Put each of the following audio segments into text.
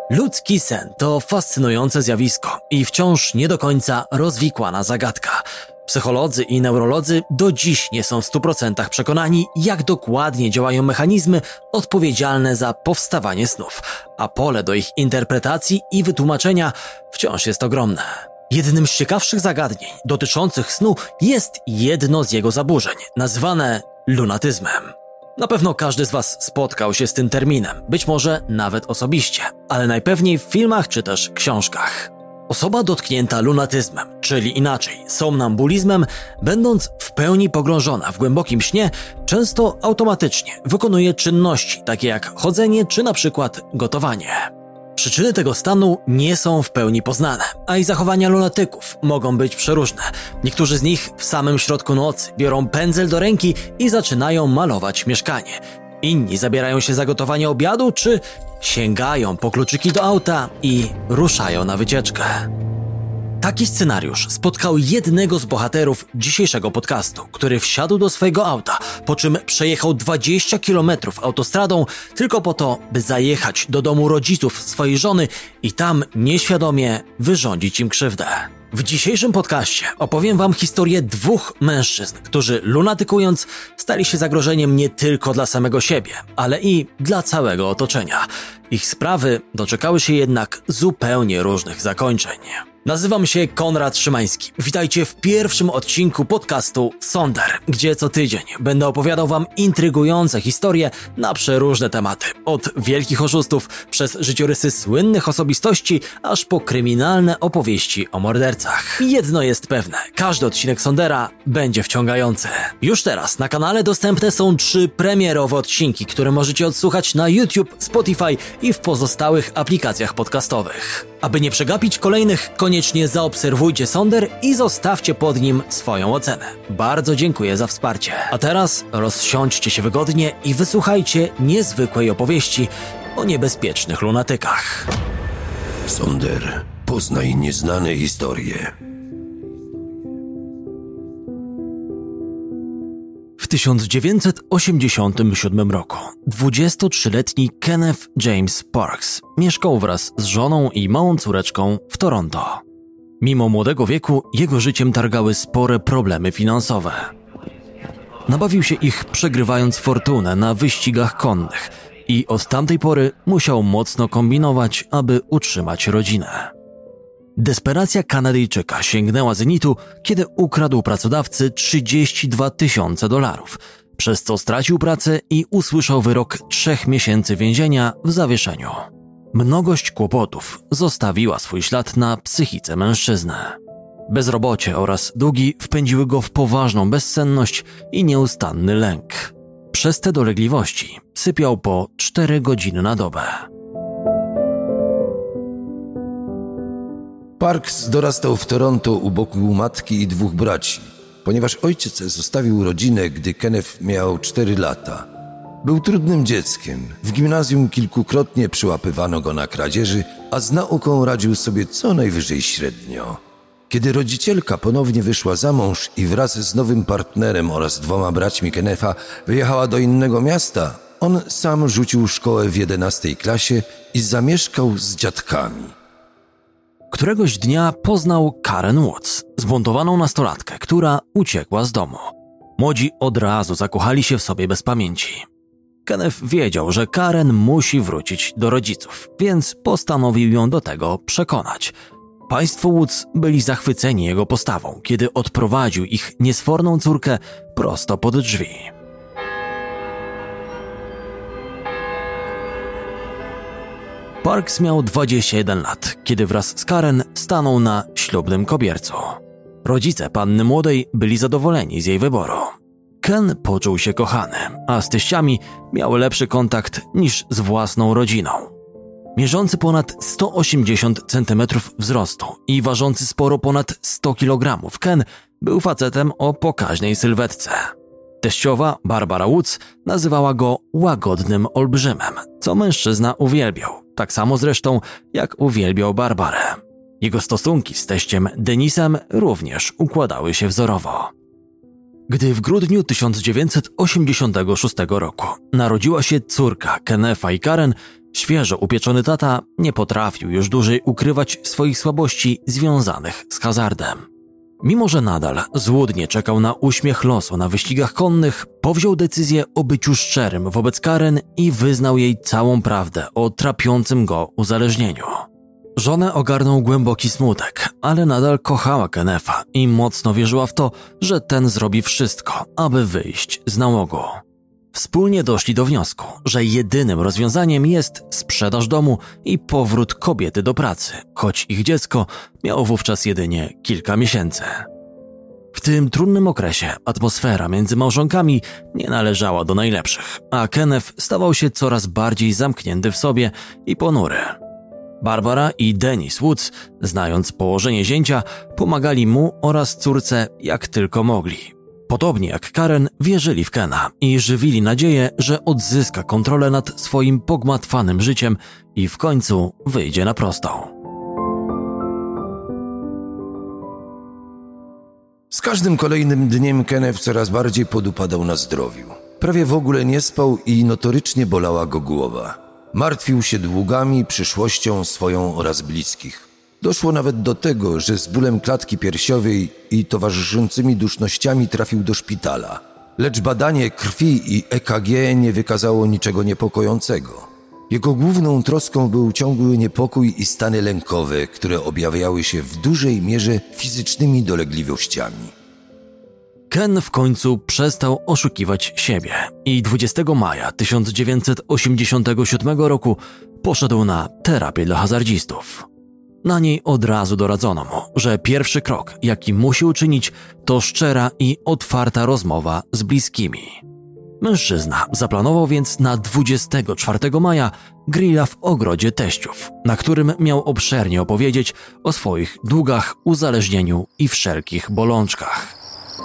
Ludzki sen to fascynujące zjawisko i wciąż nie do końca rozwikłana zagadka. Psycholodzy i neurolodzy do dziś nie są w 100% przekonani, jak dokładnie działają mechanizmy odpowiedzialne za powstawanie snów, a pole do ich interpretacji i wytłumaczenia wciąż jest ogromne. Jednym z ciekawszych zagadnień dotyczących snu jest jedno z jego zaburzeń, nazywane lunatyzmem. Na pewno każdy z Was spotkał się z tym terminem, być może nawet osobiście, ale najpewniej w filmach czy też książkach. Osoba dotknięta lunatyzmem, czyli inaczej somnambulizmem, będąc w pełni pogrążona w głębokim śnie, często automatycznie wykonuje czynności takie jak chodzenie czy na przykład gotowanie. Przyczyny tego stanu nie są w pełni poznane, a i zachowania lunatyków mogą być przeróżne. Niektórzy z nich w samym środku nocy biorą pędzel do ręki i zaczynają malować mieszkanie. Inni zabierają się za gotowanie obiadu czy sięgają po kluczyki do auta i ruszają na wycieczkę. Taki scenariusz spotkał jednego z bohaterów dzisiejszego podcastu, który wsiadł do swojego auta, po czym przejechał 20 km autostradą tylko po to, by zajechać do domu rodziców swojej żony i tam nieświadomie wyrządzić im krzywdę. W dzisiejszym podcaście opowiem Wam historię dwóch mężczyzn, którzy lunatykując stali się zagrożeniem nie tylko dla samego siebie, ale i dla całego otoczenia. Ich sprawy doczekały się jednak zupełnie różnych zakończeń. Nazywam się Konrad Szymański. Witajcie w pierwszym odcinku podcastu Sonder, gdzie co tydzień będę opowiadał Wam intrygujące historie na przeróżne tematy. Od wielkich oszustów, przez życiorysy słynnych osobistości, aż po kryminalne opowieści o mordercach. Jedno jest pewne, każdy odcinek Sondera będzie wciągający. Już teraz na kanale dostępne są 3 premierowe odcinki, które możecie odsłuchać na YouTube, Spotify i w pozostałych aplikacjach podcastowych. Aby nie przegapić kolejnych, koniecznie zaobserwujcie Sonder i zostawcie pod nim swoją ocenę. Bardzo dziękuję za wsparcie. A teraz rozsiądźcie się wygodnie i wysłuchajcie niezwykłej opowieści o niebezpiecznych lunatykach. Sonder. Poznaj nieznane historie. W 1987 roku 23-letni Kenneth James Parks mieszkał wraz z żoną i małą córeczką w Toronto. Mimo młodego wieku jego życiem targały spore problemy finansowe. Nabawił się ich przegrywając fortunę na wyścigach konnych i od tamtej pory musiał mocno kombinować, aby utrzymać rodzinę. Desperacja Kanadyjczyka sięgnęła zenitu, kiedy ukradł pracodawcy $32,000, przez co stracił pracę i usłyszał wyrok 3 miesięcy więzienia w zawieszeniu. Mnogość kłopotów zostawiła swój ślad na psychice mężczyzny. Bezrobocie oraz długi wpędziły go w poważną bezsenność i nieustanny lęk. Przez te dolegliwości sypiał po 4 godziny na dobę. Parks dorastał w Toronto u boku matki i 2 braci, ponieważ ojciec zostawił rodzinę, gdy Kenneth miał 4 lata. Był trudnym dzieckiem. W gimnazjum kilkukrotnie przyłapywano go na kradzieży, a z nauką radził sobie co najwyżej średnio. Kiedy rodzicielka ponownie wyszła za mąż i wraz z nowym partnerem oraz 2 braćmi Kennetha wyjechała do innego miasta, on sam rzucił szkołę w 11 klasie i zamieszkał z dziadkami. Któregoś dnia poznał Karen Woods, zbuntowaną nastolatkę, która uciekła z domu. Młodzi od razu zakochali się w sobie bez pamięci. Kenneth wiedział, że Karen musi wrócić do rodziców, więc postanowił ją do tego przekonać. Państwo Woods byli zachwyceni jego postawą, kiedy odprowadził ich niesforną córkę prosto pod drzwi. Parks miał 21 lat, kiedy wraz z Karen stanął na ślubnym kobiercu. Rodzice panny młodej byli zadowoleni z jej wyboru. Ken poczuł się kochany, a z teściami miał lepszy kontakt niż z własną rodziną. Mierzący ponad 180 cm wzrostu i ważący sporo ponad 100 kg, Ken był facetem o pokaźnej sylwetce. Teściowa Barbara Woods nazywała go łagodnym olbrzymem, co mężczyzna uwielbiał, tak samo zresztą jak uwielbiał Barbarę. Jego stosunki z teściem Denisem również układały się wzorowo. Gdy w grudniu 1986 roku narodziła się córka Kennetha i Karen, Świeżo upieczony tata nie potrafił już dłużej ukrywać swoich słabości związanych z hazardem. Mimo że nadal złudnie czekał na uśmiech losu na wyścigach konnych, powziął decyzję o byciu szczerym wobec Karen i wyznał jej całą prawdę o trapiącym go uzależnieniu. Żonę ogarnął głęboki smutek, ale nadal kochała Kennetha i mocno wierzyła w to, że ten zrobi wszystko, aby wyjść z nałogu. Wspólnie doszli do wniosku, że jedynym rozwiązaniem jest sprzedaż domu i powrót kobiety do pracy, choć ich dziecko miało wówczas jedynie kilka miesięcy. W tym trudnym okresie atmosfera między małżonkami nie należała do najlepszych, a Kenneth stawał się coraz bardziej zamknięty w sobie i ponury. Barbara i Dennis Woods, znając położenie zięcia, pomagali mu oraz córce jak tylko mogli. Podobnie jak Karen, wierzyli w Kena i żywili nadzieję, że odzyska kontrolę nad swoim pogmatwanym życiem i w końcu wyjdzie na prostą. Z każdym kolejnym dniem Kenneth coraz bardziej podupadał na zdrowiu. Prawie w ogóle nie spał i notorycznie bolała go głowa. Martwił się długami, przyszłością swoją oraz bliskich. Doszło nawet do tego, że z bólem klatki piersiowej i towarzyszącymi dusznościami trafił do szpitala. Lecz badanie krwi i EKG nie wykazało niczego niepokojącego. Jego główną troską był ciągły niepokój i stany lękowe, które objawiały się w dużej mierze fizycznymi dolegliwościami. Ken w końcu przestał oszukiwać siebie i 20 maja 1987 roku poszedł na terapię dla hazardzistów. Na niej od razu doradzono mu, że pierwszy krok, jaki musi uczynić, to szczera i otwarta rozmowa z bliskimi. Mężczyzna zaplanował więc na 24 maja grilla w ogrodzie teściów, na którym miał obszernie opowiedzieć o swoich długach, uzależnieniu i wszelkich bolączkach.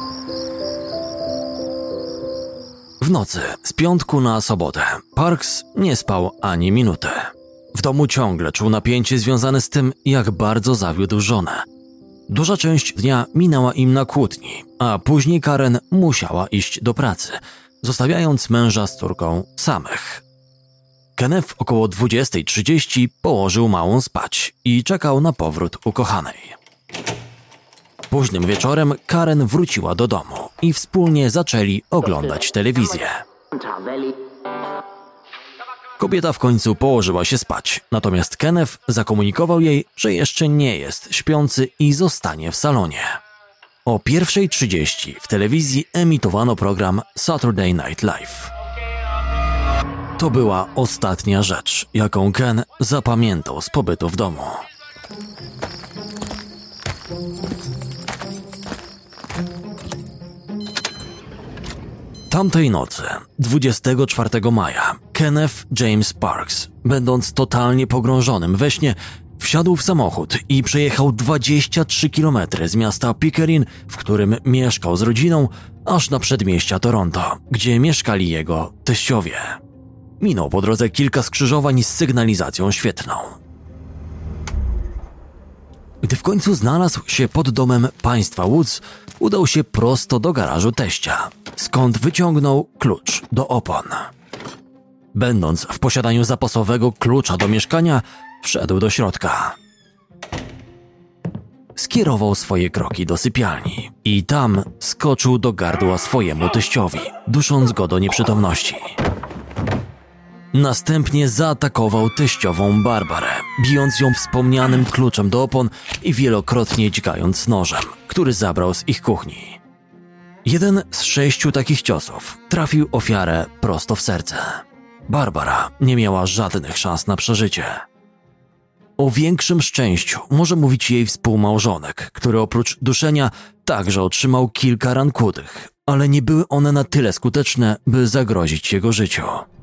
W nocy z piątku na sobotę Parks nie spał ani minuty. W domu ciągle czuł napięcie związane z tym, jak bardzo zawiódł żonę. Duża część dnia minęła im na kłótni, a później Karen musiała iść do pracy, zostawiając męża z córką samych. Kenneth około 20:30 położył małą spać i czekał na powrót ukochanej. Późnym wieczorem Karen wróciła do domu i wspólnie zaczęli oglądać telewizję. Kobieta w końcu położyła się spać, natomiast Kenneth zakomunikował jej, że jeszcze nie jest śpiący i zostanie w salonie. O 1:30 w telewizji emitowano program Saturday Night Live. To była ostatnia rzecz, jaką Ken zapamiętał z pobytu w domu. Tamtej nocy, 24 maja, Kenneth James Parks, będąc totalnie pogrążonym we śnie, wsiadł w samochód i przejechał 23 km z miasta Pickering, w którym mieszkał z rodziną, aż na przedmieścia Toronto, gdzie mieszkali jego teściowie. Minął po drodze kilka skrzyżowań z sygnalizacją świetlną. Gdy w końcu znalazł się pod domem państwa Woods, udał się prosto do garażu teścia, skąd wyciągnął klucz do opon. Będąc w posiadaniu zapasowego klucza do mieszkania, wszedł do środka. Skierował swoje kroki do sypialni i tam skoczył do gardła swojemu teściowi, dusząc go do nieprzytomności. Następnie zaatakował teściową Barbarę, bijąc ją wspomnianym kluczem do opon i wielokrotnie dźgając nożem, który zabrał z ich kuchni. Jeden z 6 takich ciosów trafił ofiarę prosto w serce. Barbara nie miała żadnych szans na przeżycie. O większym szczęściu może mówić jej współmałżonek, który oprócz duszenia także otrzymał kilka ran kłutych, ale nie były one na tyle skuteczne, by zagrozić jego życiu.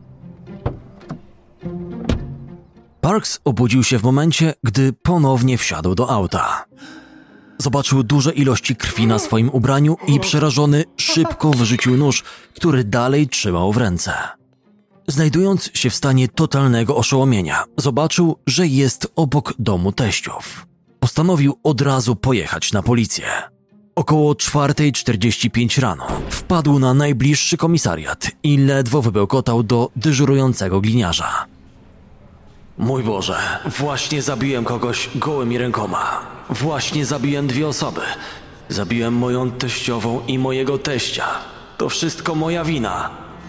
Parks obudził się w momencie, gdy ponownie wsiadł do auta. Zobaczył duże ilości krwi na swoim ubraniu i przerażony szybko wyrzucił nóż, który dalej trzymał w ręce. Znajdując się w stanie totalnego oszołomienia, zobaczył, że jest obok domu teściów. Postanowił od razu pojechać na policję. Około 4:45 rano wpadł na najbliższy komisariat i ledwo wybełkotał do dyżurującego gliniarza. Mój Boże, właśnie zabiłem kogoś gołymi rękoma. Właśnie zabiłem 2 osoby. Zabiłem moją teściową i mojego teścia. To wszystko moja wina.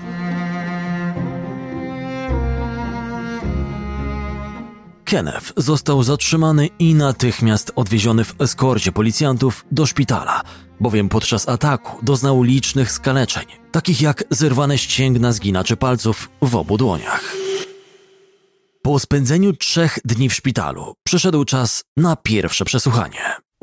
Kenneth został zatrzymany i natychmiast odwieziony w eskorcie policjantów do szpitala, bowiem podczas ataku doznał licznych skaleczeń, takich jak zerwane ścięgna zginaczy palców w obu dłoniach. Po spędzeniu 3 dni w szpitalu przyszedł czas na pierwsze przesłuchanie.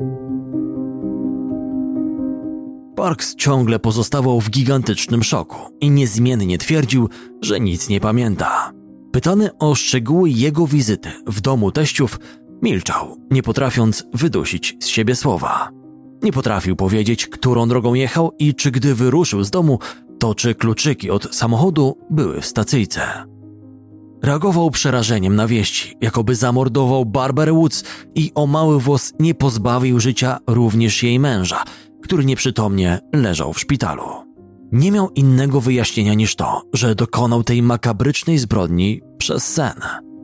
Parks ciągle pozostawał w gigantycznym szoku i niezmiennie twierdził, że nic nie pamięta. Pytany o szczegóły jego wizyty w domu teściów, milczał, nie potrafiąc wydusić z siebie słowa. Nie potrafił powiedzieć, którą drogą jechał i czy gdy wyruszył z domu, to czy kluczyki od samochodu były w stacyjce. Reagował przerażeniem na wieści, jakoby zamordował Barbarę Woods i o mały włos nie pozbawił życia również jej męża, który nieprzytomnie leżał w szpitalu. Nie miał innego wyjaśnienia niż to, że dokonał tej makabrycznej zbrodni przez sen.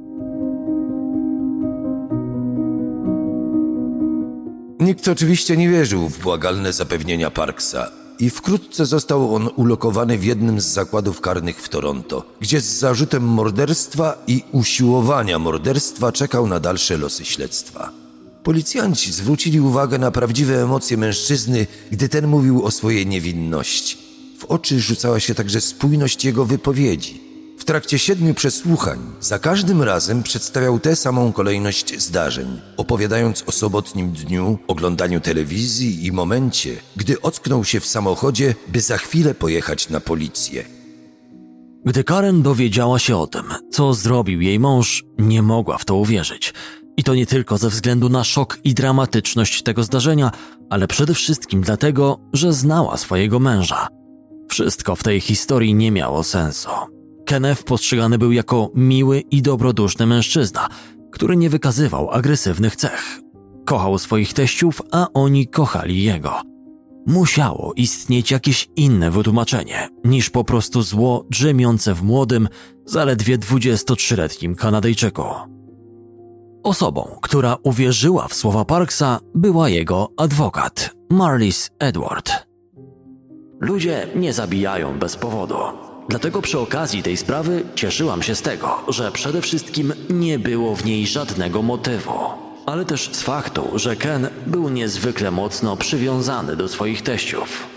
Nikt oczywiście nie wierzył w błagalne zapewnienia Parksa i wkrótce został on ulokowany w jednym z zakładów karnych w Toronto, gdzie z zarzutem morderstwa i usiłowania morderstwa czekał na dalsze losy śledztwa. Policjanci zwrócili uwagę na prawdziwe emocje mężczyzny, gdy ten mówił o swojej niewinności. W oczy rzucała się także spójność jego wypowiedzi. W trakcie 7 przesłuchań za każdym razem przedstawiał tę samą kolejność zdarzeń, opowiadając o sobotnim dniu, oglądaniu telewizji i momencie, gdy ocknął się w samochodzie, by za chwilę pojechać na policję. Gdy Karen dowiedziała się o tym, co zrobił jej mąż, nie mogła w to uwierzyć. I to nie tylko ze względu na szok i dramatyczność tego zdarzenia, ale przede wszystkim dlatego, że znała swojego męża. Wszystko w tej historii nie miało sensu. Kenneth postrzegany był jako miły i dobroduszny mężczyzna, który nie wykazywał agresywnych cech. Kochał swoich teściów, a oni kochali jego. Musiało istnieć jakieś inne wytłumaczenie niż po prostu zło drzemiące w młodym, zaledwie 23-letnim Kanadyjczyku. Osobą, która uwierzyła w słowa Parksa, była jego adwokat, Marlis Edward. Ludzie nie zabijają bez powodu. Dlatego przy okazji tej sprawy cieszyłam się z tego, że przede wszystkim nie było w niej żadnego motywu, ale też z faktu, że Ken był niezwykle mocno przywiązany do swoich teściów.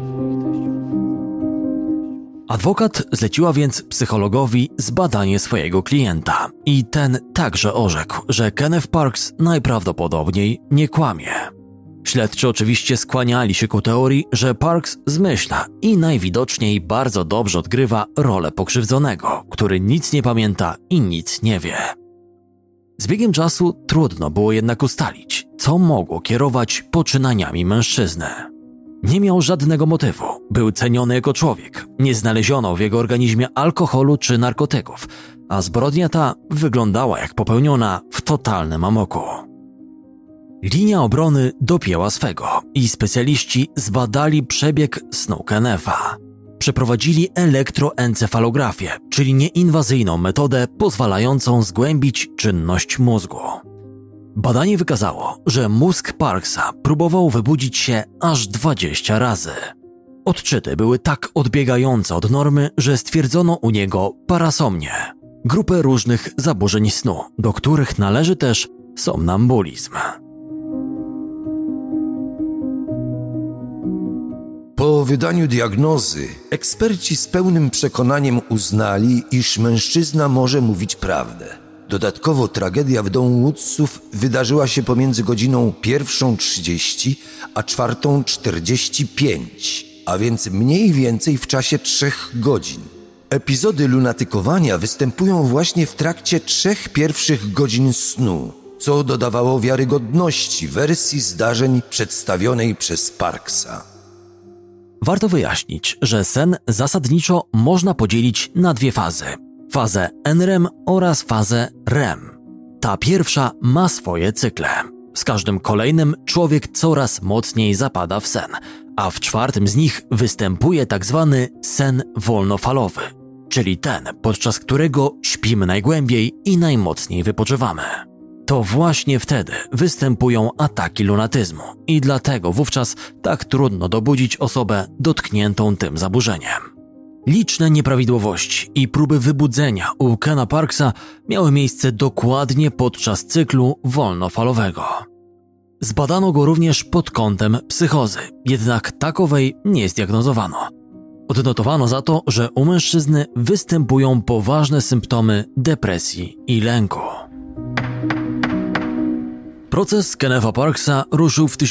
Adwokat zleciła więc psychologowi zbadanie swojego klienta i ten także orzekł, że Kenneth Parks najprawdopodobniej nie kłamie. Śledczy oczywiście skłaniali się ku teorii, że Parks zmyśla i najwidoczniej bardzo dobrze odgrywa rolę pokrzywdzonego, który nic nie pamięta i nic nie wie. Z biegiem czasu trudno było jednak ustalić, co mogło kierować poczynaniami mężczyzny. Nie miał żadnego motywu, był ceniony jako człowiek, nie znaleziono w jego organizmie alkoholu czy narkotyków, a zbrodnia ta wyglądała jak popełniona w totalnym amoku. Linia obrony dopięła swego i specjaliści zbadali przebieg snu Kennetha. Przeprowadzili elektroencefalografię, czyli nieinwazyjną metodę pozwalającą zgłębić czynność mózgu. Badanie wykazało, że mózg Parksa próbował wybudzić się aż 20 razy. Odczyty były tak odbiegające od normy, że stwierdzono u niego parasomnię, grupę różnych zaburzeń snu, do których należy też somnambulizm. Po wydaniu diagnozy eksperci z pełnym przekonaniem uznali, iż mężczyzna może mówić prawdę. Dodatkowo tragedia w domu Woodsów wydarzyła się pomiędzy godziną 1:30 a 4:45, a więc mniej więcej w czasie 3 godzin. Epizody lunatykowania występują właśnie w trakcie 3 pierwszych godzin snu, co dodawało wiarygodności wersji zdarzeń przedstawionej przez Parksa. Warto wyjaśnić, że sen zasadniczo można podzielić na 2 fazy. Fazę NREM oraz fazę REM. Ta pierwsza ma swoje cykle. Z każdym kolejnym człowiek coraz mocniej zapada w sen, a w 4. z nich występuje tak zwany sen wolnofalowy, czyli ten, podczas którego śpimy najgłębiej i najmocniej wypoczywamy. To właśnie wtedy występują ataki lunatyzmu i dlatego wówczas tak trudno dobudzić osobę dotkniętą tym zaburzeniem. Liczne nieprawidłowości i próby wybudzenia u Kena Parksa miały miejsce dokładnie podczas cyklu wolnofalowego. Zbadano go również pod kątem psychozy, jednak takowej nie zdiagnozowano. Odnotowano za to, że u mężczyzny występują poważne symptomy depresji i lęku. Proces Kennetha Parksa ruszył w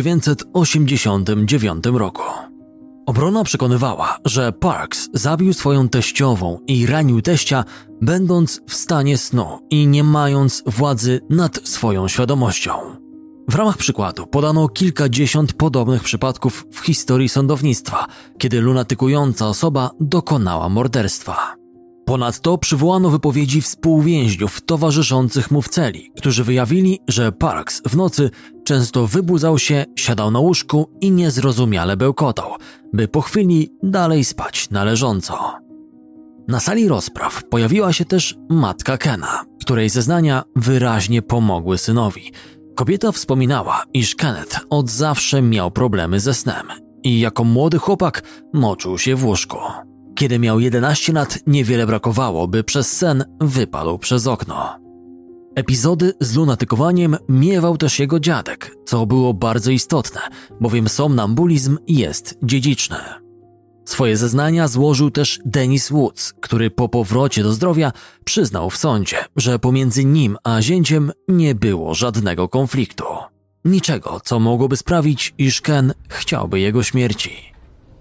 1989 roku. Obrona przekonywała, że Parks zabił swoją teściową i ranił teścia, będąc w stanie snu i nie mając władzy nad swoją świadomością. W ramach przykładu podano kilkadziesiąt podobnych przypadków w historii sądownictwa, kiedy lunatykująca osoba dokonała morderstwa. Ponadto przywołano wypowiedzi współwięźniów towarzyszących mu w celi, którzy wyjawili, że Parks w nocy często wybudzał się, siadał na łóżku i niezrozumiale bełkotał, by po chwili dalej spać na leżąco. Na sali rozpraw pojawiła się też matka Kena, której zeznania wyraźnie pomogły synowi. Kobieta wspominała, iż Kenneth od zawsze miał problemy ze snem i jako młody chłopak moczył się w łóżku. Kiedy miał 11 lat, niewiele brakowało, by przez sen wypadł przez okno. Epizody z lunatykowaniem miewał też jego dziadek, co było bardzo istotne, bowiem somnambulizm jest dziedziczny. Swoje zeznania złożył też Dennis Woods, który po powrocie do zdrowia przyznał w sądzie, że pomiędzy nim a zięciem nie było żadnego konfliktu. Niczego, co mogłoby sprawić, iż Ken chciałby jego śmierci.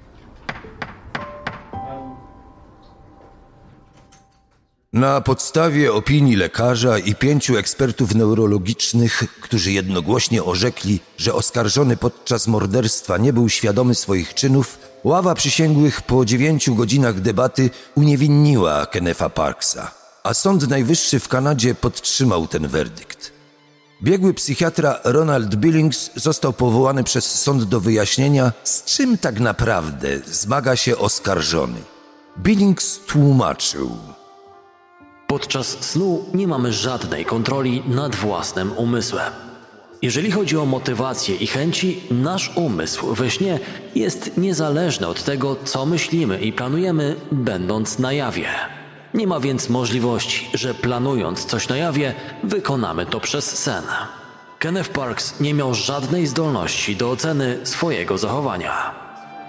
Na podstawie opinii lekarza i 5 ekspertów neurologicznych, którzy jednogłośnie orzekli, że oskarżony podczas morderstwa nie był świadomy swoich czynów, ława przysięgłych po 9 godzinach debaty uniewinniła Kennetha Parksa, a Sąd Najwyższy w Kanadzie podtrzymał ten werdykt. Biegły psychiatra Ronald Billings został powołany przez sąd do wyjaśnienia, z czym tak naprawdę zmaga się oskarżony. Billings tłumaczył: Podczas snu nie mamy żadnej kontroli nad własnym umysłem. Jeżeli chodzi o motywację i chęci, nasz umysł we śnie jest niezależny od tego, co myślimy i planujemy, będąc na jawie. Nie ma więc możliwości, że planując coś na jawie, wykonamy to przez sen. Kenneth Parks nie miał żadnej zdolności do oceny swojego zachowania.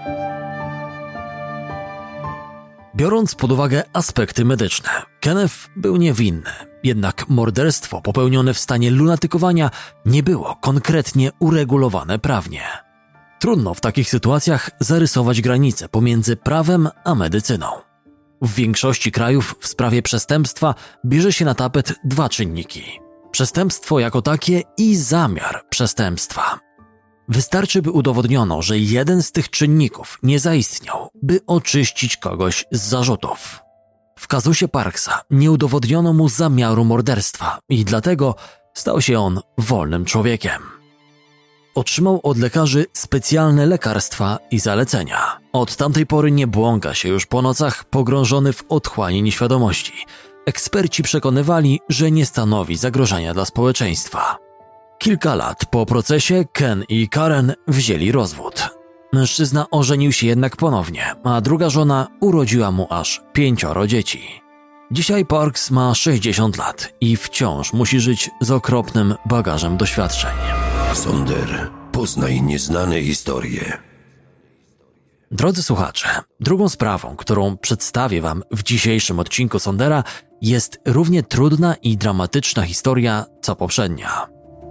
Biorąc pod uwagę aspekty medyczne, Kenneth był niewinny, jednak morderstwo popełnione w stanie lunatykowania nie było konkretnie uregulowane prawnie. Trudno w takich sytuacjach zarysować granice pomiędzy prawem a medycyną. W większości krajów w sprawie przestępstwa bierze się na tapet 2 czynniki: przestępstwo jako takie i zamiar przestępstwa. Wystarczy, by udowodniono, że jeden z tych czynników nie zaistniał, by oczyścić kogoś z zarzutów. W kazusie Parksa nie udowodniono mu zamiaru morderstwa i dlatego stał się on wolnym człowiekiem. Otrzymał od lekarzy specjalne lekarstwa i zalecenia. Od tamtej pory nie błąka się już po nocach pogrążony w otchłani nieświadomości. Eksperci przekonywali, że nie stanowi zagrożenia dla społeczeństwa. Kilka lat po procesie Ken i Karen wzięli rozwód. Mężczyzna ożenił się jednak ponownie, a druga żona urodziła mu aż 5 dzieci. Dzisiaj Parks ma 60 lat i wciąż musi żyć z okropnym bagażem doświadczeń. Sonder, poznaj nieznane historie. Drodzy słuchacze, drugą sprawą, którą przedstawię wam w dzisiejszym odcinku Sondera, jest równie trudna i dramatyczna historia co poprzednia.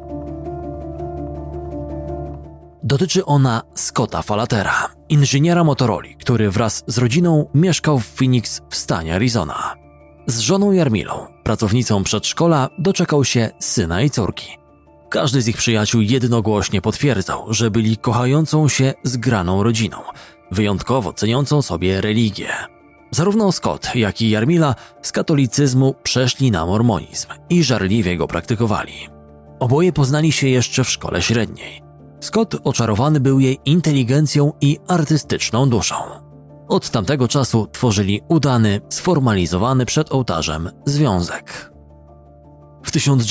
Dotyczy ona Scotta Falatera, inżyniera Motorola, który wraz z rodziną mieszkał w Phoenix w stanie Arizona. Z żoną Jarmilą, pracownicą przedszkola, doczekał się syna i córki. Każdy z ich przyjaciół jednogłośnie potwierdzał, że byli kochającą się zgraną rodziną, wyjątkowo ceniącą sobie religię. Zarówno Scott, jak i Jarmila z katolicyzmu przeszli na mormonizm i żarliwie go praktykowali. Oboje poznali się jeszcze w szkole średniej. Scott oczarowany był jej inteligencją i artystyczną duszą. Od tamtego czasu tworzyli udany, sformalizowany przed ołtarzem związek. W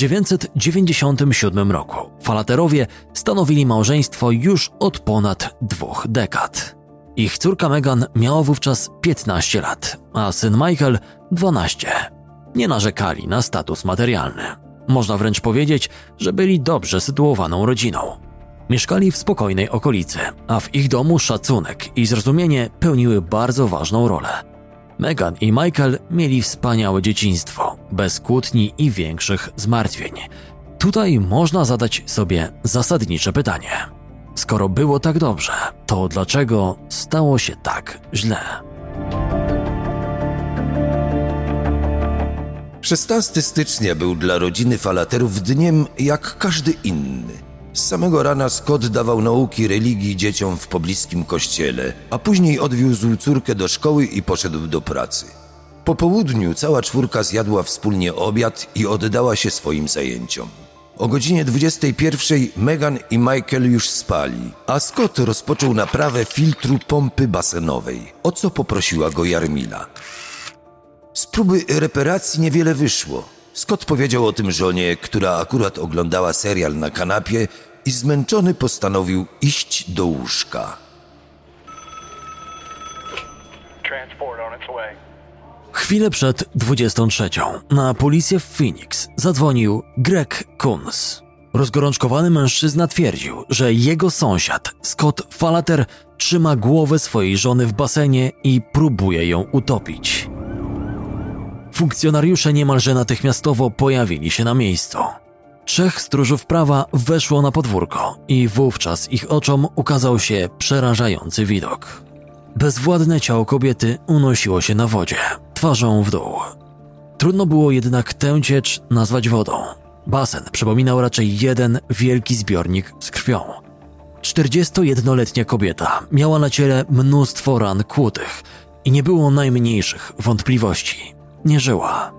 1997 roku Falaterowie stanowili małżeństwo już od ponad 2 dekad. Ich córka Meghan miała wówczas 15 lat, a syn Michael 12. Nie narzekali na status materialny. Można wręcz powiedzieć, że byli dobrze sytuowaną rodziną. Mieszkali w spokojnej okolicy, a w ich domu szacunek i zrozumienie pełniły bardzo ważną rolę. Meghan i Michael mieli wspaniałe dzieciństwo, bez kłótni i większych zmartwień. Tutaj można zadać sobie zasadnicze pytanie. Skoro było tak dobrze, to dlaczego stało się tak źle? 16 stycznia był dla rodziny Falaterów dniem jak każdy inny. Z samego rana Scott dawał nauki religii dzieciom w pobliskim kościele, a później odwiózł córkę do szkoły i poszedł do pracy. Po południu cała czwórka zjadła wspólnie obiad i oddała się swoim zajęciom. O godzinie 21 Meghan i Michael już spali, a Scott rozpoczął naprawę filtru pompy basenowej, o co poprosiła go Jarmila. Z próby reparacji niewiele wyszło. Scott powiedział o tym żonie, która akurat oglądała serial na kanapie i zmęczony postanowił iść do łóżka. Chwilę przed 23 na policję w Phoenix zadzwonił Greg Coons. Rozgorączkowany mężczyzna twierdził, że jego sąsiad Scott Falater trzyma głowę swojej żony w basenie i próbuje ją utopić. Funkcjonariusze niemalże natychmiastowo pojawili się na miejscu. 3 stróżów prawa weszło na podwórko i wówczas ich oczom ukazał się przerażający widok. Bezwładne ciało kobiety unosiło się na wodzie, twarzą w dół. Trudno było jednak tę ciecz nazwać wodą. Basen przypominał raczej jeden wielki zbiornik z krwią. 41-letnia kobieta miała na ciele mnóstwo ran kłutych i nie było najmniejszych wątpliwości. Nie żyła.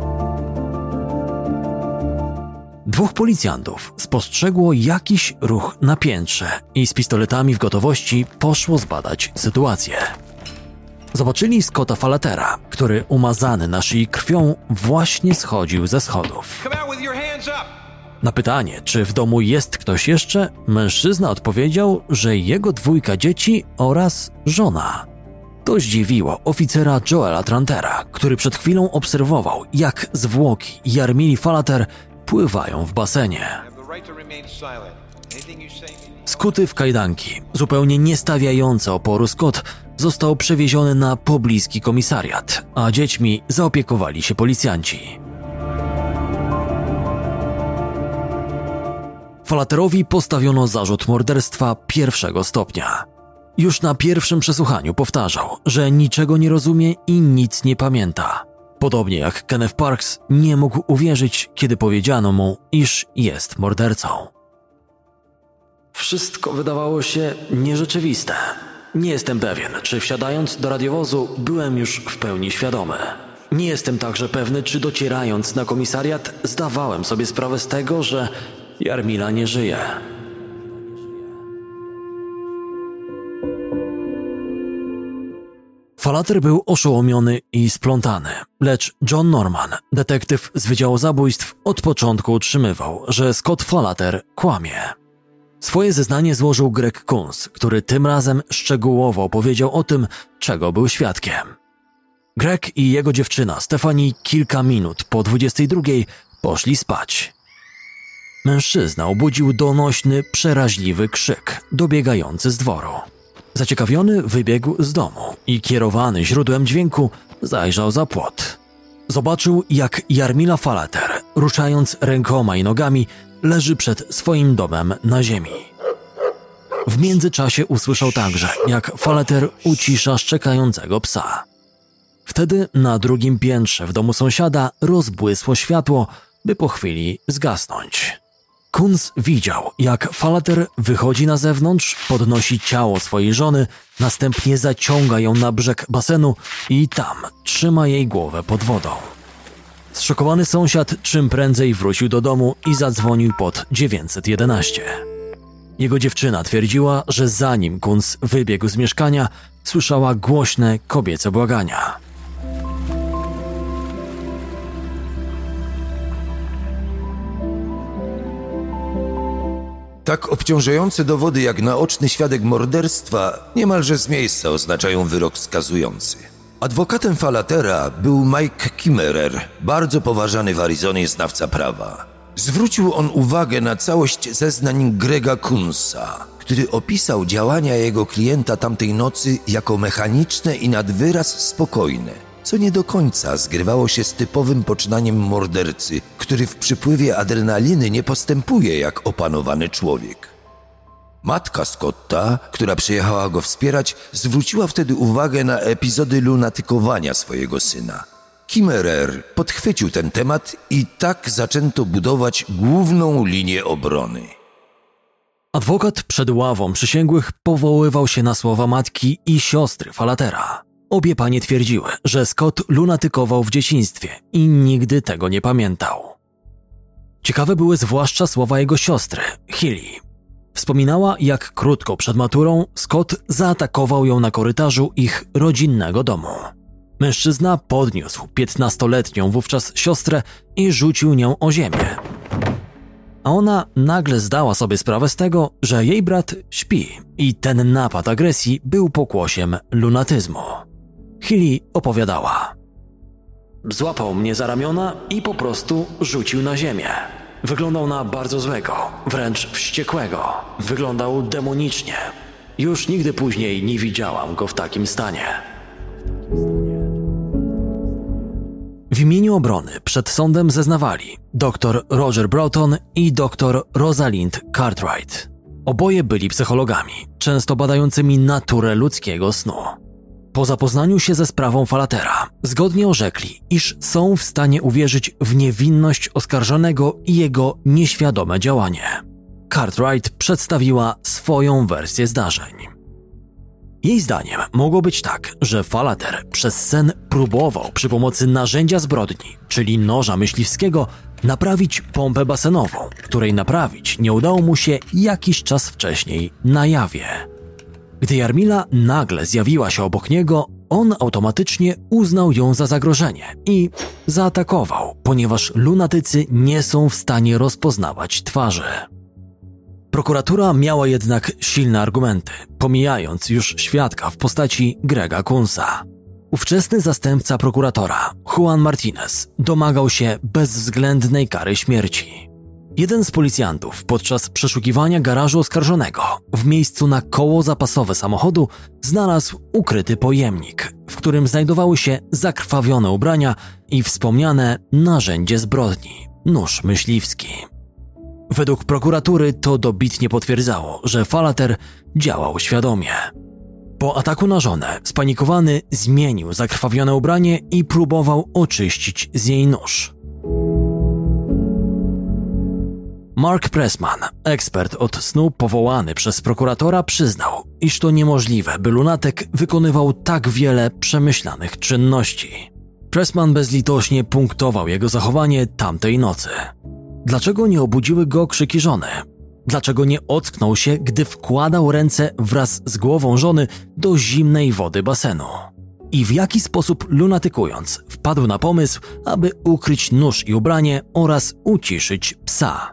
2 policjantów spostrzegło jakiś ruch na piętrze i z pistoletami w gotowości poszło zbadać sytuację. Zobaczyli Scotta Falatera, który umazany na szyi krwią właśnie schodził ze schodów. Na pytanie, czy w domu jest ktoś jeszcze, mężczyzna odpowiedział, że jego 2 dzieci oraz żona. To zdziwiło oficera Joela Trantera, który przed chwilą obserwował, jak zwłoki Jarmili Falater pływają w basenie. Skuty w kajdanki, zupełnie nie stawiający oporu Scott został przewieziony na pobliski komisariat, a dziećmi zaopiekowali się policjanci. Falaterowi postawiono zarzut morderstwa 1. stopnia. Już na pierwszym przesłuchaniu powtarzał, że niczego nie rozumie i nic nie pamięta. Podobnie jak Kenneth Parks nie mógł uwierzyć, kiedy powiedziano mu, iż jest mordercą. Wszystko wydawało się nierzeczywiste. Nie jestem pewien, czy wsiadając do radiowozu byłem już w pełni świadomy. Nie jestem także pewny, czy docierając na komisariat zdawałem sobie sprawę z tego, że Jarmila nie żyje. Falater był oszołomiony i splątany, lecz John Norman, detektyw z Wydziału Zabójstw, od początku utrzymywał, że Scott Falater kłamie. Swoje zeznanie złożył Greg Coons, który tym razem szczegółowo opowiedział o tym, czego był świadkiem. Greg i jego dziewczyna Stephanie kilka minut po 22 poszli spać. Mężczyzna obudził donośny, przeraźliwy krzyk dobiegający z dworu. Zaciekawiony wybiegł z domu i kierowany źródłem dźwięku zajrzał za płot. Zobaczył, jak Jarmila Falater, ruszając rękoma i nogami, leży przed swoim domem na ziemi. W międzyczasie usłyszał także, jak Falater ucisza szczekającego psa. Wtedy na drugim piętrze w domu sąsiada rozbłysło światło, by po chwili zgasnąć. Coons widział, jak Falater wychodzi na zewnątrz, podnosi ciało swojej żony, następnie zaciąga ją na brzeg basenu i tam trzyma jej głowę pod wodą. Zszokowany sąsiad czym prędzej wrócił do domu i zadzwonił pod 911. Jego dziewczyna twierdziła, że zanim Coons wybiegł z mieszkania, słyszała głośne kobiece błagania. Tak obciążające dowody jak naoczny świadek morderstwa niemalże z miejsca oznaczają wyrok skazujący. Adwokatem Falatera był Mike Kimmerer, bardzo poważany w Arizonie znawca prawa. Zwrócił on uwagę na całość zeznań Grega Kunsa, który opisał działania jego klienta tamtej nocy jako mechaniczne i nad wyraz spokojne, co nie do końca zgrywało się z typowym poczynaniem mordercy, który w przypływie adrenaliny nie postępuje jak opanowany człowiek. Matka Scotta, która przyjechała go wspierać, zwróciła wtedy uwagę na epizody lunatykowania swojego syna. Kimmerer podchwycił ten temat i tak zaczęto budować główną linię obrony. Adwokat przed ławą przysięgłych powoływał się na słowa matki i siostry Falatera. Obie panie twierdziły, że Scott lunatykował w dzieciństwie i nigdy tego nie pamiętał. Ciekawe były zwłaszcza słowa jego siostry, Hilly. Wspominała, jak krótko przed maturą Scott zaatakował ją na korytarzu ich rodzinnego domu. Mężczyzna podniósł 15-letnią wówczas siostrę i rzucił nią o ziemię. A ona nagle zdała sobie sprawę z tego, że jej brat śpi i ten napad agresji był pokłosiem lunatyzmu. Hilly opowiadała. Złapał mnie za ramiona i po prostu rzucił na ziemię. Wyglądał na bardzo złego, wręcz wściekłego. Wyglądał demonicznie. Już nigdy później nie widziałam go w takim stanie. W imieniu obrony przed sądem zeznawali dr Roger Broughton i dr Rosalind Cartwright. Oboje byli psychologami, często badającymi naturę ludzkiego snu. Po zapoznaniu się ze sprawą Falatera zgodnie orzekli, iż są w stanie uwierzyć w niewinność oskarżonego i jego nieświadome działanie. Cartwright przedstawiła swoją wersję zdarzeń. Jej zdaniem mogło być tak, że Falater przez sen próbował przy pomocy narzędzia zbrodni, czyli noża myśliwskiego, naprawić pompę basenową, której naprawić nie udało mu się jakiś czas wcześniej na jawie. Gdy Jarmila nagle zjawiła się obok niego, on automatycznie uznał ją za zagrożenie i zaatakował, ponieważ lunatycy nie są w stanie rozpoznawać twarzy. Prokuratura miała jednak silne argumenty, pomijając już świadka w postaci Grega Kunsa. Ówczesny zastępca prokuratora, Juan Martinez, domagał się bezwzględnej kary śmierci. Jeden z policjantów podczas przeszukiwania garażu oskarżonego w miejscu na koło zapasowe samochodu znalazł ukryty pojemnik, w którym znajdowały się zakrwawione ubrania i wspomniane narzędzie zbrodni – nóż myśliwski. Według prokuratury to dobitnie potwierdzało, że Falater działał świadomie. Po ataku na żonę spanikowany zmienił zakrwawione ubranie i próbował oczyścić z niej nóż. Mark Pressman, ekspert od snu powołany przez prokuratora, przyznał, iż to niemożliwe, by lunatyk wykonywał tak wiele przemyślanych czynności. Pressman bezlitośnie punktował jego zachowanie tamtej nocy. Dlaczego nie obudziły go krzyki żony? Dlaczego nie ocknął się, gdy wkładał ręce wraz z głową żony do zimnej wody basenu? I w jaki sposób lunatykując wpadł na pomysł, aby ukryć nóż i ubranie oraz uciszyć psa?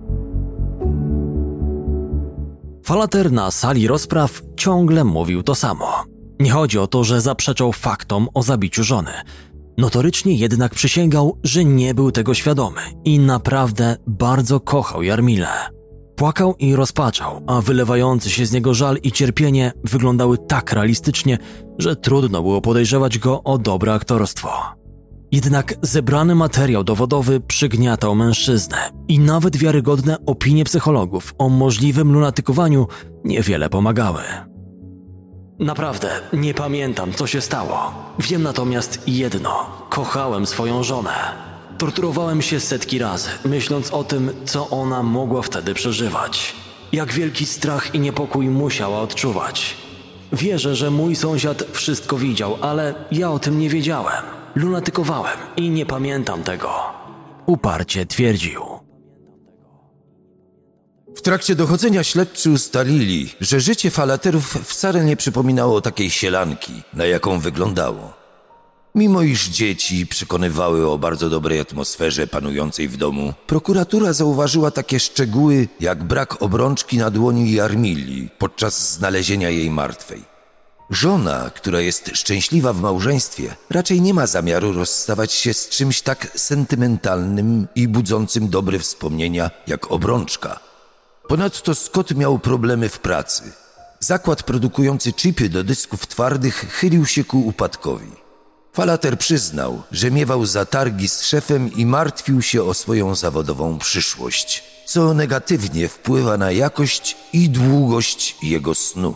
Falater na sali rozpraw ciągle mówił to samo. Nie chodzi o to, że zaprzeczał faktom o zabiciu żony. Notorycznie jednak przysięgał, że nie był tego świadomy i naprawdę bardzo kochał Jarmilę. Płakał i rozpaczał, a wylewający się z niego żal i cierpienie wyglądały tak realistycznie, że trudno było podejrzewać go o dobre aktorstwo. Jednak zebrany materiał dowodowy przygniatał mężczyznę i nawet wiarygodne opinie psychologów o możliwym lunatykowaniu niewiele pomagały. Naprawdę nie pamiętam, co się stało. Wiem natomiast jedno. Kochałem swoją żonę. Torturowałem się setki razy, myśląc o tym, co ona mogła wtedy przeżywać. Jak wielki strach i niepokój musiała odczuwać. Wierzę, że mój sąsiad wszystko widział, ale ja o tym nie wiedziałem. Lunatykowałem i nie pamiętam tego. Uparcie twierdził. W trakcie dochodzenia śledczy ustalili, że życie Falaterów wcale nie przypominało takiej sielanki, na jaką wyglądało. Mimo iż dzieci przekonywały o bardzo dobrej atmosferze panującej w domu, prokuratura zauważyła takie szczegóły jak brak obrączki na dłoni Jarmili podczas znalezienia jej martwej. Żona, która jest szczęśliwa w małżeństwie, raczej nie ma zamiaru rozstawać się z czymś tak sentymentalnym i budzącym dobre wspomnienia jak obrączka. Ponadto Scott miał problemy w pracy. Zakład produkujący chipy do dysków twardych chylił się ku upadkowi. Falater przyznał, że miewał zatargi z szefem i martwił się o swoją zawodową przyszłość, co negatywnie wpływa na jakość i długość jego snu.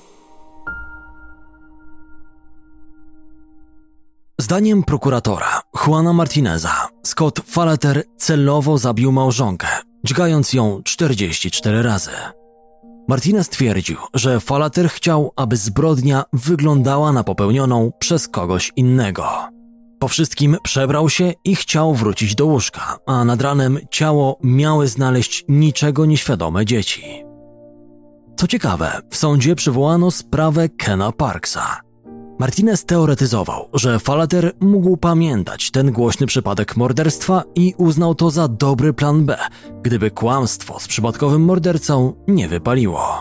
Zdaniem prokuratora Juana Martineza, Scott Falater celowo zabił małżonkę, dźgając ją 44 razy. Martinez twierdził, że Falater chciał, aby zbrodnia wyglądała na popełnioną przez kogoś innego. Po wszystkim przebrał się i chciał wrócić do łóżka, a nad ranem ciało miały znaleźć niczego nieświadome dzieci. Co ciekawe, w sądzie przywołano sprawę Kena Parksa. Martinez teoretyzował, że Falater mógł pamiętać ten głośny przypadek morderstwa i uznał to za dobry plan B, gdyby kłamstwo z przypadkowym mordercą nie wypaliło.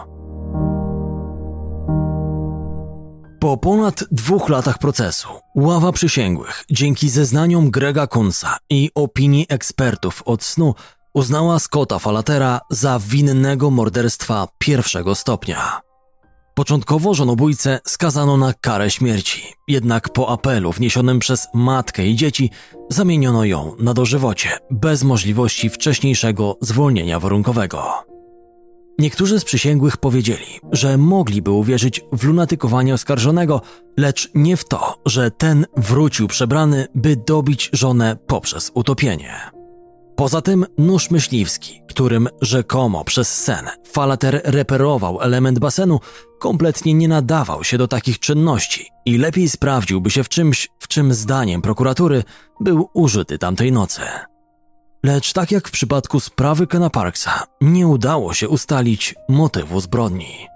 Po ponad 2 latach procesu, ława przysięgłych, dzięki zeznaniom Grega Kunsa i opinii ekspertów od snu, uznała Scotta Falatera za winnego morderstwa 1. stopnia. Początkowo żonobójcę skazano na karę śmierci, jednak po apelu wniesionym przez matkę i dzieci zamieniono ją na dożywocie, bez możliwości wcześniejszego zwolnienia warunkowego. Niektórzy z przysięgłych powiedzieli, że mogliby uwierzyć w lunatykowanie oskarżonego, lecz nie w to, że ten wrócił przebrany, by dobić żonę poprzez utopienie. Poza tym nóż myśliwski, którym rzekomo przez sen Falater reperował element basenu, kompletnie nie nadawał się do takich czynności i lepiej sprawdziłby się w czymś, w czym zdaniem prokuratury był użyty tamtej nocy. Lecz tak jak w przypadku sprawy Kena Parksa, nie udało się ustalić motywu zbrodni.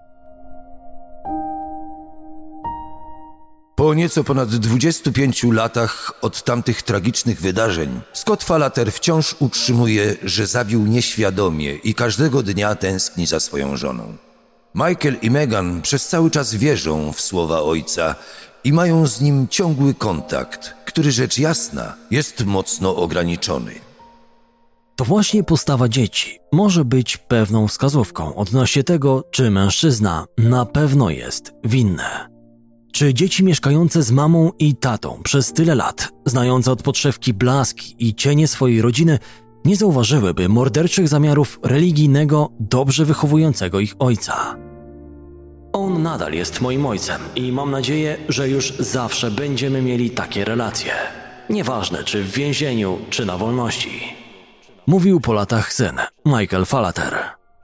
Po nieco ponad 25 latach od tamtych tragicznych wydarzeń, Scott Falater wciąż utrzymuje, że zabił nieświadomie i każdego dnia tęskni za swoją żoną. Michael i Megan przez cały czas wierzą w słowa ojca i mają z nim ciągły kontakt, który rzecz jasna jest mocno ograniczony. To właśnie postawa dzieci może być pewną wskazówką odnośnie tego, czy mężczyzna na pewno jest winny. Czy dzieci mieszkające z mamą i tatą przez tyle lat, znające od podszewki blaski i cienie swojej rodziny, nie zauważyłyby morderczych zamiarów religijnego, dobrze wychowującego ich ojca? On nadal jest moim ojcem i mam nadzieję, że już zawsze będziemy mieli takie relacje. Nieważne, czy w więzieniu, czy na wolności. Mówił po latach syn Michael Falater.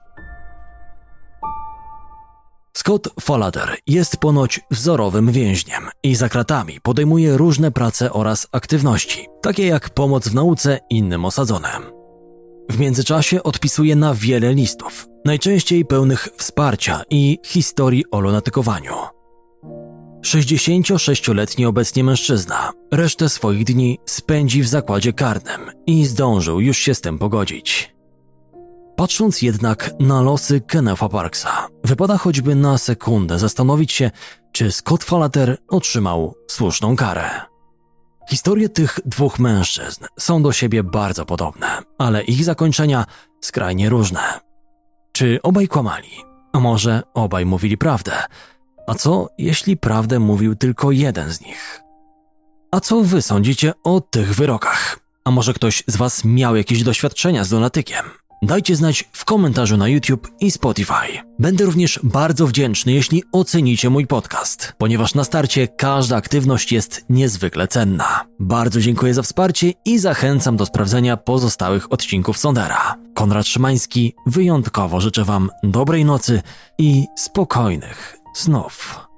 Scott Falater jest ponoć wzorowym więźniem i za kratami podejmuje różne prace oraz aktywności, takie jak pomoc w nauce innym osadzonym. W międzyczasie odpisuje na wiele listów, najczęściej pełnych wsparcia i historii o lunatykowaniu. 66-letni obecnie mężczyzna resztę swoich dni spędzi w zakładzie karnym i zdążył już się z tym pogodzić. Patrząc jednak na losy Kennetha Parksa, wypada choćby na sekundę zastanowić się, czy Scott Falater otrzymał słuszną karę. Historie tych 2 mężczyzn są do siebie bardzo podobne, ale ich zakończenia skrajnie różne. Czy obaj kłamali? A może obaj mówili prawdę? A co, jeśli prawdę mówił tylko jeden z nich? A co wy sądzicie o tych wyrokach? A może ktoś z was miał jakieś doświadczenia z lunatykiem? Dajcie znać w komentarzu na YouTube i Spotify. Będę również bardzo wdzięczny, jeśli ocenicie mój podcast, ponieważ na starcie każda aktywność jest niezwykle cenna. Bardzo dziękuję za wsparcie i zachęcam do sprawdzenia pozostałych odcinków Sondera. Konrad Szymański wyjątkowo życzę wam dobrej nocy i spokojnych snów.